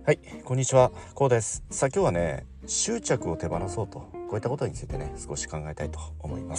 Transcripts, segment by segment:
はい、こんにちは、こうです。さあ今日はね、執着を手放そうと、こういったことについてね、少し考えたいと思います。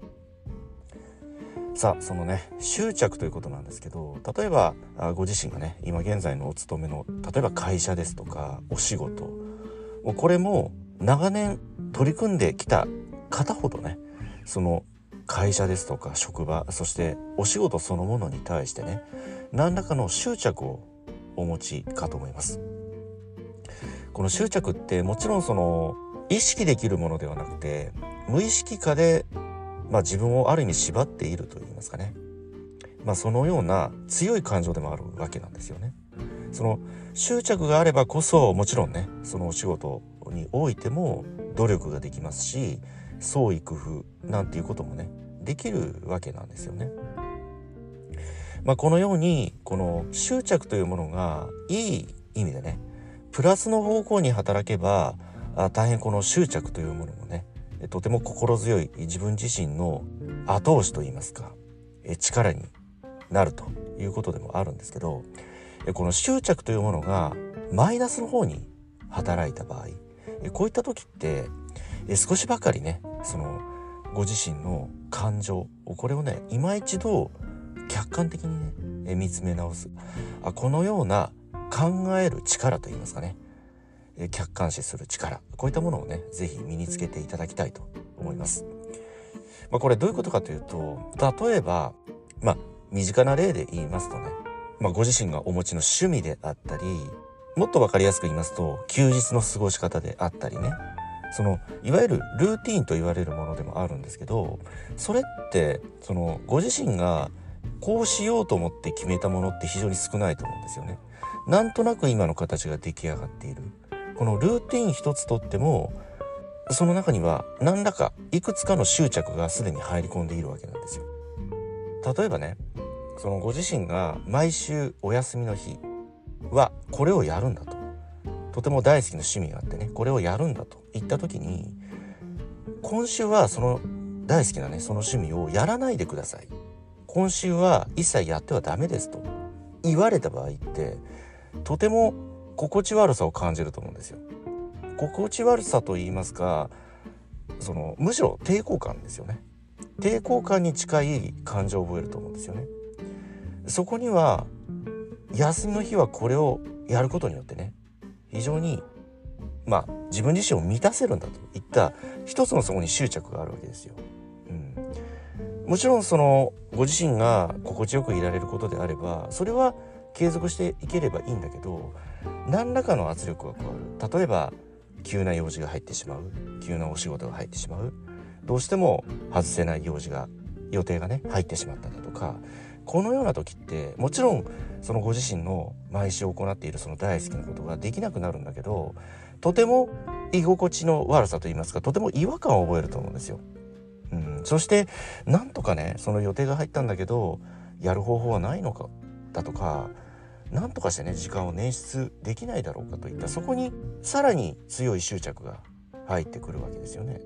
さあそのね、執着ということなんですけど、例えばご自身がね、今現在のお勤めの例えば会社ですとかお仕事、もうこれも長年取り組んできた方ほどね、その会社ですとか職場、そしてお仕事そのものに対してね、何らかの執着をお持ちかと思います。この執着ってもちろんその意識できるものではなくて、無意識下で、自分をある意味縛っているといいますかね、そのような強い感情でもあるわけなんですよね。その執着があればこそ、もちろんね、そのお仕事においても努力ができますし、創意工夫なんていうこともね、できるわけなんですよね。このようにこの執着というものがいい意味でね、プラスの方向に働けば、大変この執着というものもね、とても心強い自分自身の後押しといいますか、力になるということでもあるんですけど、この執着というものがマイナスの方に働いた場合、こういった時って少しばかりね、そのご自身の感情、これをね、今一度客観的にね、見つめ直す、このような考える力といいますかね、客観視する力、こういったものをね、ぜひ身につけていただきたいと思います。これどういうことかというと、例えば身近な例で言いますとね、ご自身がお持ちの趣味であったり、もっとわかりやすく言いますと休日の過ごし方であったりね、そのいわゆるルーティーンと言われるものでもあるんですけど、それってそのご自身がこうしようと思って決めたものって非常に少ないと思うんですよね。なんとなく今の形が出来上がっているこのルーティン一つとっても、その中には何らかいくつかの執着がすでに入り込んでいるわけなんですよ。例えばね、そのご自身が毎週お休みの日はこれをやるんだと、とても大好きな趣味があってね、これをやるんだと言った時に、今週はその大好きなね、その趣味をやらないでください、今週は一切やってはダメですと言われた場合って、とても心地悪さを感じると思うんですよ。心地悪さと言いますか、そのむしろ抵抗感ですよね。抵抗感に近い感情を覚えると思うんですよね。そこには休みの日はこれをやることによってね、非常に自分自身を満たせるんだといった一つのそこに執着があるわけですよ。もちろんそのご自身が心地よくいられることであれば、それは継続していければいいんだけど、何らかの圧力が加わる。例えば急な用事が入ってしまう、急なお仕事が入ってしまう、どうしても外せない予定がね入ってしまっただとか、このような時ってもちろんそのご自身の毎週行っているその大好きなことができなくなるんだけど、とても居心地の悪さといいますか、とても違和感を覚えると思うんですよ。そしてなんとかね、その予定が入ったんだけどやる方法はないのかだとか、なんとかしてね時間を捻出できないだろうかといった、そこにさらに強い執着が入ってくるわけですよね。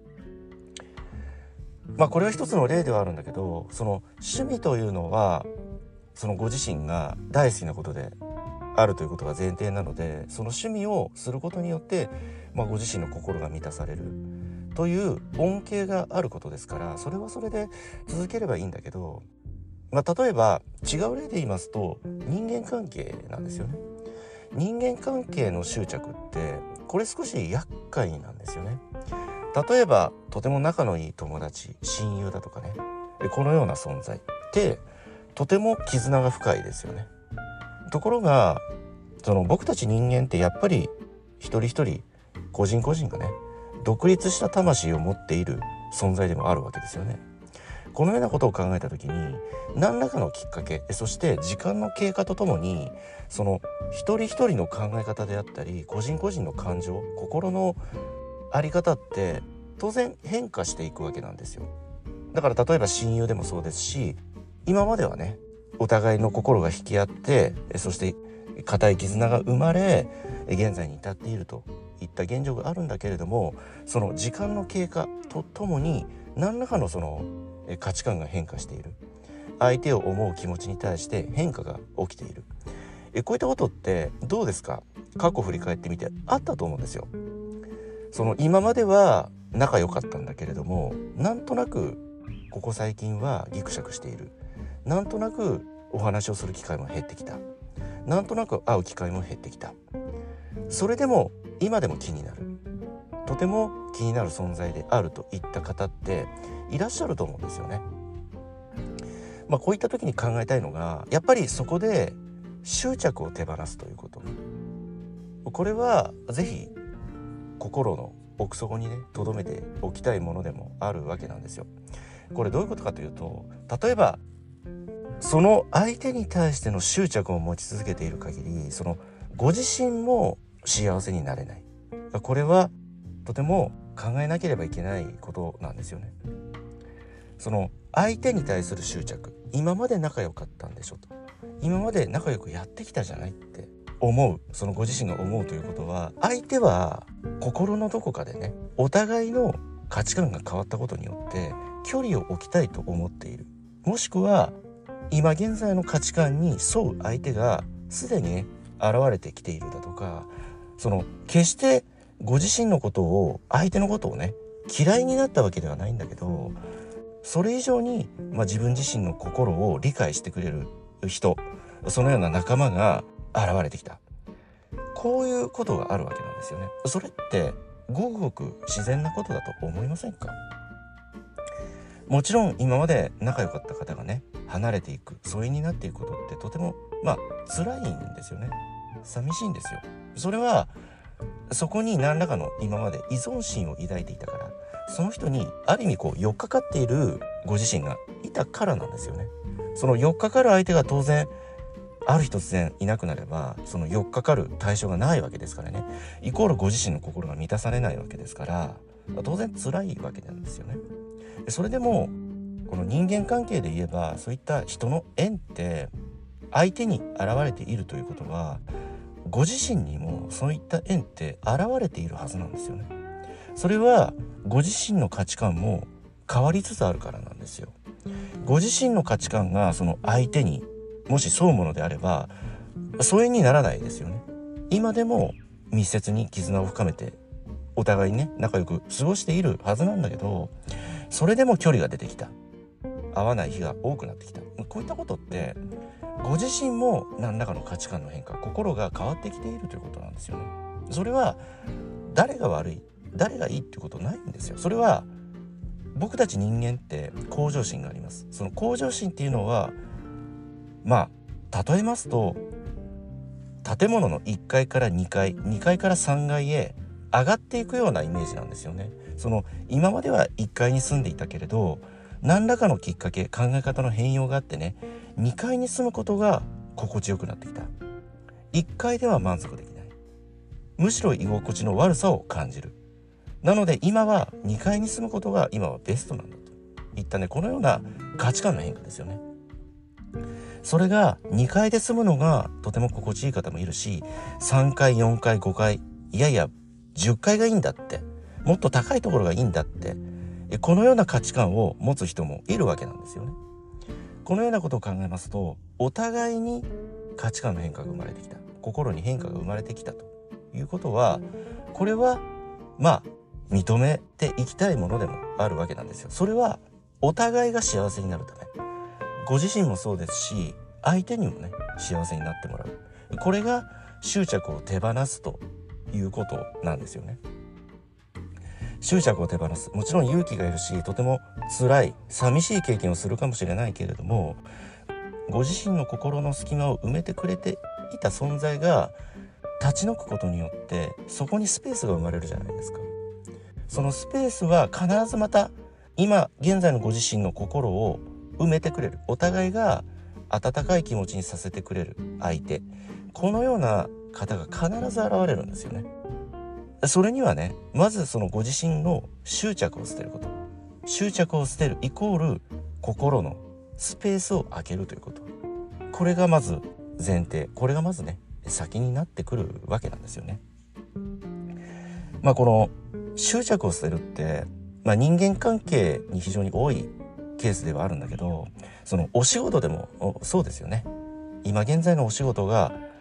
これは一つの例ではあるんだけど、その趣味というのはそのご自身が大好きなことであるということが前提なので、その趣味をすることによって、ご自身の心が満たされるという恩恵があることですから、それはそれで続ければいいんだけど、例えば違う例で言いますと人間関係なんですよね。人間関係の執着ってこれ少し厄介なんですよね。例えばとても仲のいい友達、親友だとかね、このような存在ってとても絆が深いですよね。ところがその僕たち人間ってやっぱり一人一人個人個人がね、独立した魂を持っている存在でもあるわけですよね。このようなことを考えた時に、何らかのきっかけ、そして時間の経過とともに、その一人一人の考え方であったり、個人個人の感情、心のあり方って当然変化していくわけなんですよ。だから例えば親友でもそうですし、今まではね、お互いの心が引き合って、そして固い絆が生まれ、現在に至っているといった現状があるんだけれども、その時間の経過とともに何らかのその価値観が変化している、相手を思う気持ちに対して変化が起きている、 こういったことってどうですか？過去振り返ってみてあったと思うんですよ。その今までは仲良かったんだけれども、なんとなくここ最近はギクシャクしている。なんとなくお話をする機会も減ってきた。なんとなく会う機会も減ってきた。それでも今でも気になる。とても気になる存在であるといった方っていらっしゃると思うんですよね。こういった時に考えたいのが、やっぱりそこで執着を手放すということ。これはぜひ心の奥底にね留めておきたいものでもあるわけなんですよ。これどういうことかというと、例えばその相手に対しての執着を持ち続けている限り、そのご自身も幸せになれない。これはとても考えなければいけないことなんですよね。その相手に対する執着、今まで仲良かったんでしょと、今まで仲良くやってきたじゃないって思う、そのご自身が思うということは、相手は心のどこかでね、お互いの価値観が変わったことによって距離を置きたいと思っている。もしくは今現在の価値観に沿う相手がすでにね現れてきているだとか、その決してご自身のことを、相手のことをね嫌いになったわけではないんだけど、それ以上に、自分自身の心を理解してくれる人、そのような仲間が現れてきた。こういうことがあるわけなんですよね。それってごくごく自然なことだと思いませんか？もちろん今まで仲良かった方がね離れていく、疎遠になっていくことってとても辛いんですよね。寂しいんですよ。それはそこに何らかの今まで依存心を抱いていたから、その人にある意味寄っかかっているご自身がいたからなんですよね。その寄っかかる相手が当然ある日突然いなくなれば、その寄っかかる対象がないわけですからね、イコールご自身の心が満たされないわけですから、当然辛いわけなんですよね。それでもこの人間関係で言えば、そういった人の縁って相手に現れているということは、ご自身にもそういった縁って現れているはずなんですよね。それはご自身の価値観も変わりつつあるからなんですよ。ご自身の価値観がその相手にもし沿うものであれば疎遠にならないですよね。今でも密接に絆を深めてお互いにね仲良く過ごしているはずなんだけど、それでも距離が出てきた、会わない日が多くなってきた。こういったことってご自身も何らかの価値観の変化、心が変わってきているということなんですよね。それは誰が悪い誰がいいっていうことないんですよ。それは僕たち人間って向上心があります。その向上心っていうのは例えますと、建物の1階から2階、2階から3階へ上がっていくようなイメージなんですよね。その今までは1階に住んでいたけれど、何らかのきっかけ、考え方の変容があってね、2階に住むことが心地よくなってきた。1階では満足できない。むしろ居心地の悪さを感じる。なので今は2階に住むことが今はベストなんだといったね、このような価値観の変化ですよね。それが2階で住むのがとても心地いい方もいるし、3階4階5階、いやいや10階がいいんだって、もっと高いところがいいんだって、このような価値観を持つ人もいるわけなんですよね。このようなことを考えますと、お互いに価値観の変化が生まれてきた、心に変化が生まれてきたということは、これは認めていきたいものでもあるわけなんですよ。それはお互いが幸せになるため、ご自身もそうですし、相手にもね幸せになってもらう、これが執着を手放すということなんですよね。執着を手放す、もちろん勇気がいるし、とても辛い寂しい経験をするかもしれないけれども、ご自身の心の隙間を埋めてくれていた存在が立ち退くことによって、そこにスペースが生まれるじゃないですか。そのスペースは必ずまた今現在のご自身の心を埋めてくれる、お互いが温かい気持ちにさせてくれる相手、このような方が必ず現れるんですよね。それにはね、まずそのご自身の執着を捨てること、執着を捨てるイコール心のスペースを空けるということ、これがまず前提、これがまずね先になってくるわけなんですよね。この執着を捨てるって、人間関係に非常に多いケースではあるんだけど、そのお仕事でもそうですよね。今現在のお仕事が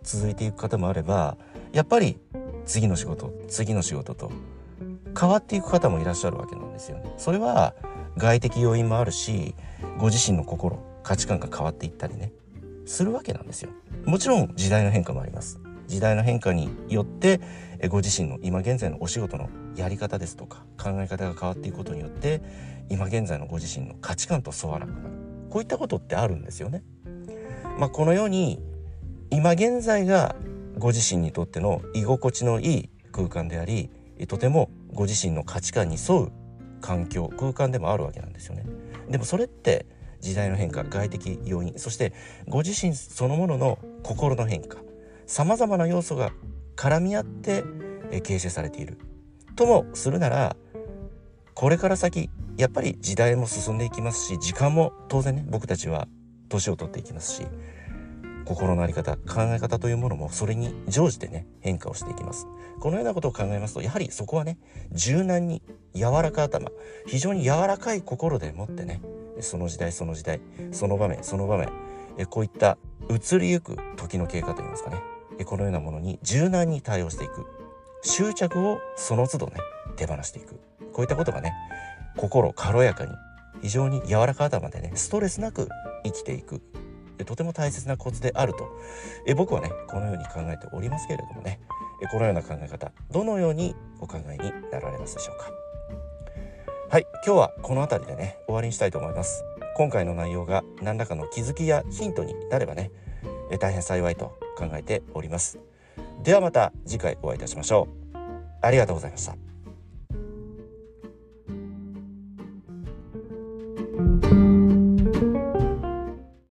続いていく方もあれば、やっぱり次の仕事と変わっていく方もいらっしゃるわけなんですよね。それは外的要因もあるし、ご自身の心、価値観が変わっていったりねするわけなんですよ。もちろん時代の変化もあります。時代の変化によってご自身の今現在のお仕事のやり方ですとか考え方が変わっていくことによって、今現在のご自身の価値観と沿わなくなる、こういったことってあるんですよね。このように今現在がご自身にとっての居心地のいい空間であり、とてもご自身の価値観に沿う環境、空間でもあるわけなんですよね。でもそれって時代の変化、外的要因、そしてご自身そのものの心の変化、様々な要素が絡み合って形成されているともするなら、これから先やっぱり時代も進んでいきますし、時間も当然ね、僕たちは年を取っていきますし、心の在り方、考え方というものもそれに乗じてね変化をしていきます。このようなことを考えますと、やはりそこはね、柔軟に柔らか頭、非常に柔らかい心でもってね、その時代その場面こういった移りゆく時の経過といいますかね、このようなものに柔軟に対応していく、執着をその都度ね手放していく、こういったことがね、心軽やかに非常に柔らか頭でねストレスなく生きていく、とても大切なコツであると僕はねこのように考えておりますけれどもね、このような考え方、どのようにお考えになられますでしょうか。はい、今日はこの辺りでね終わりにしたいと思います。今回の内容が何らかの気づきやヒントになればね、大変幸いと考えております。ではまた次回お会いいたしましょう。ありがとうございました。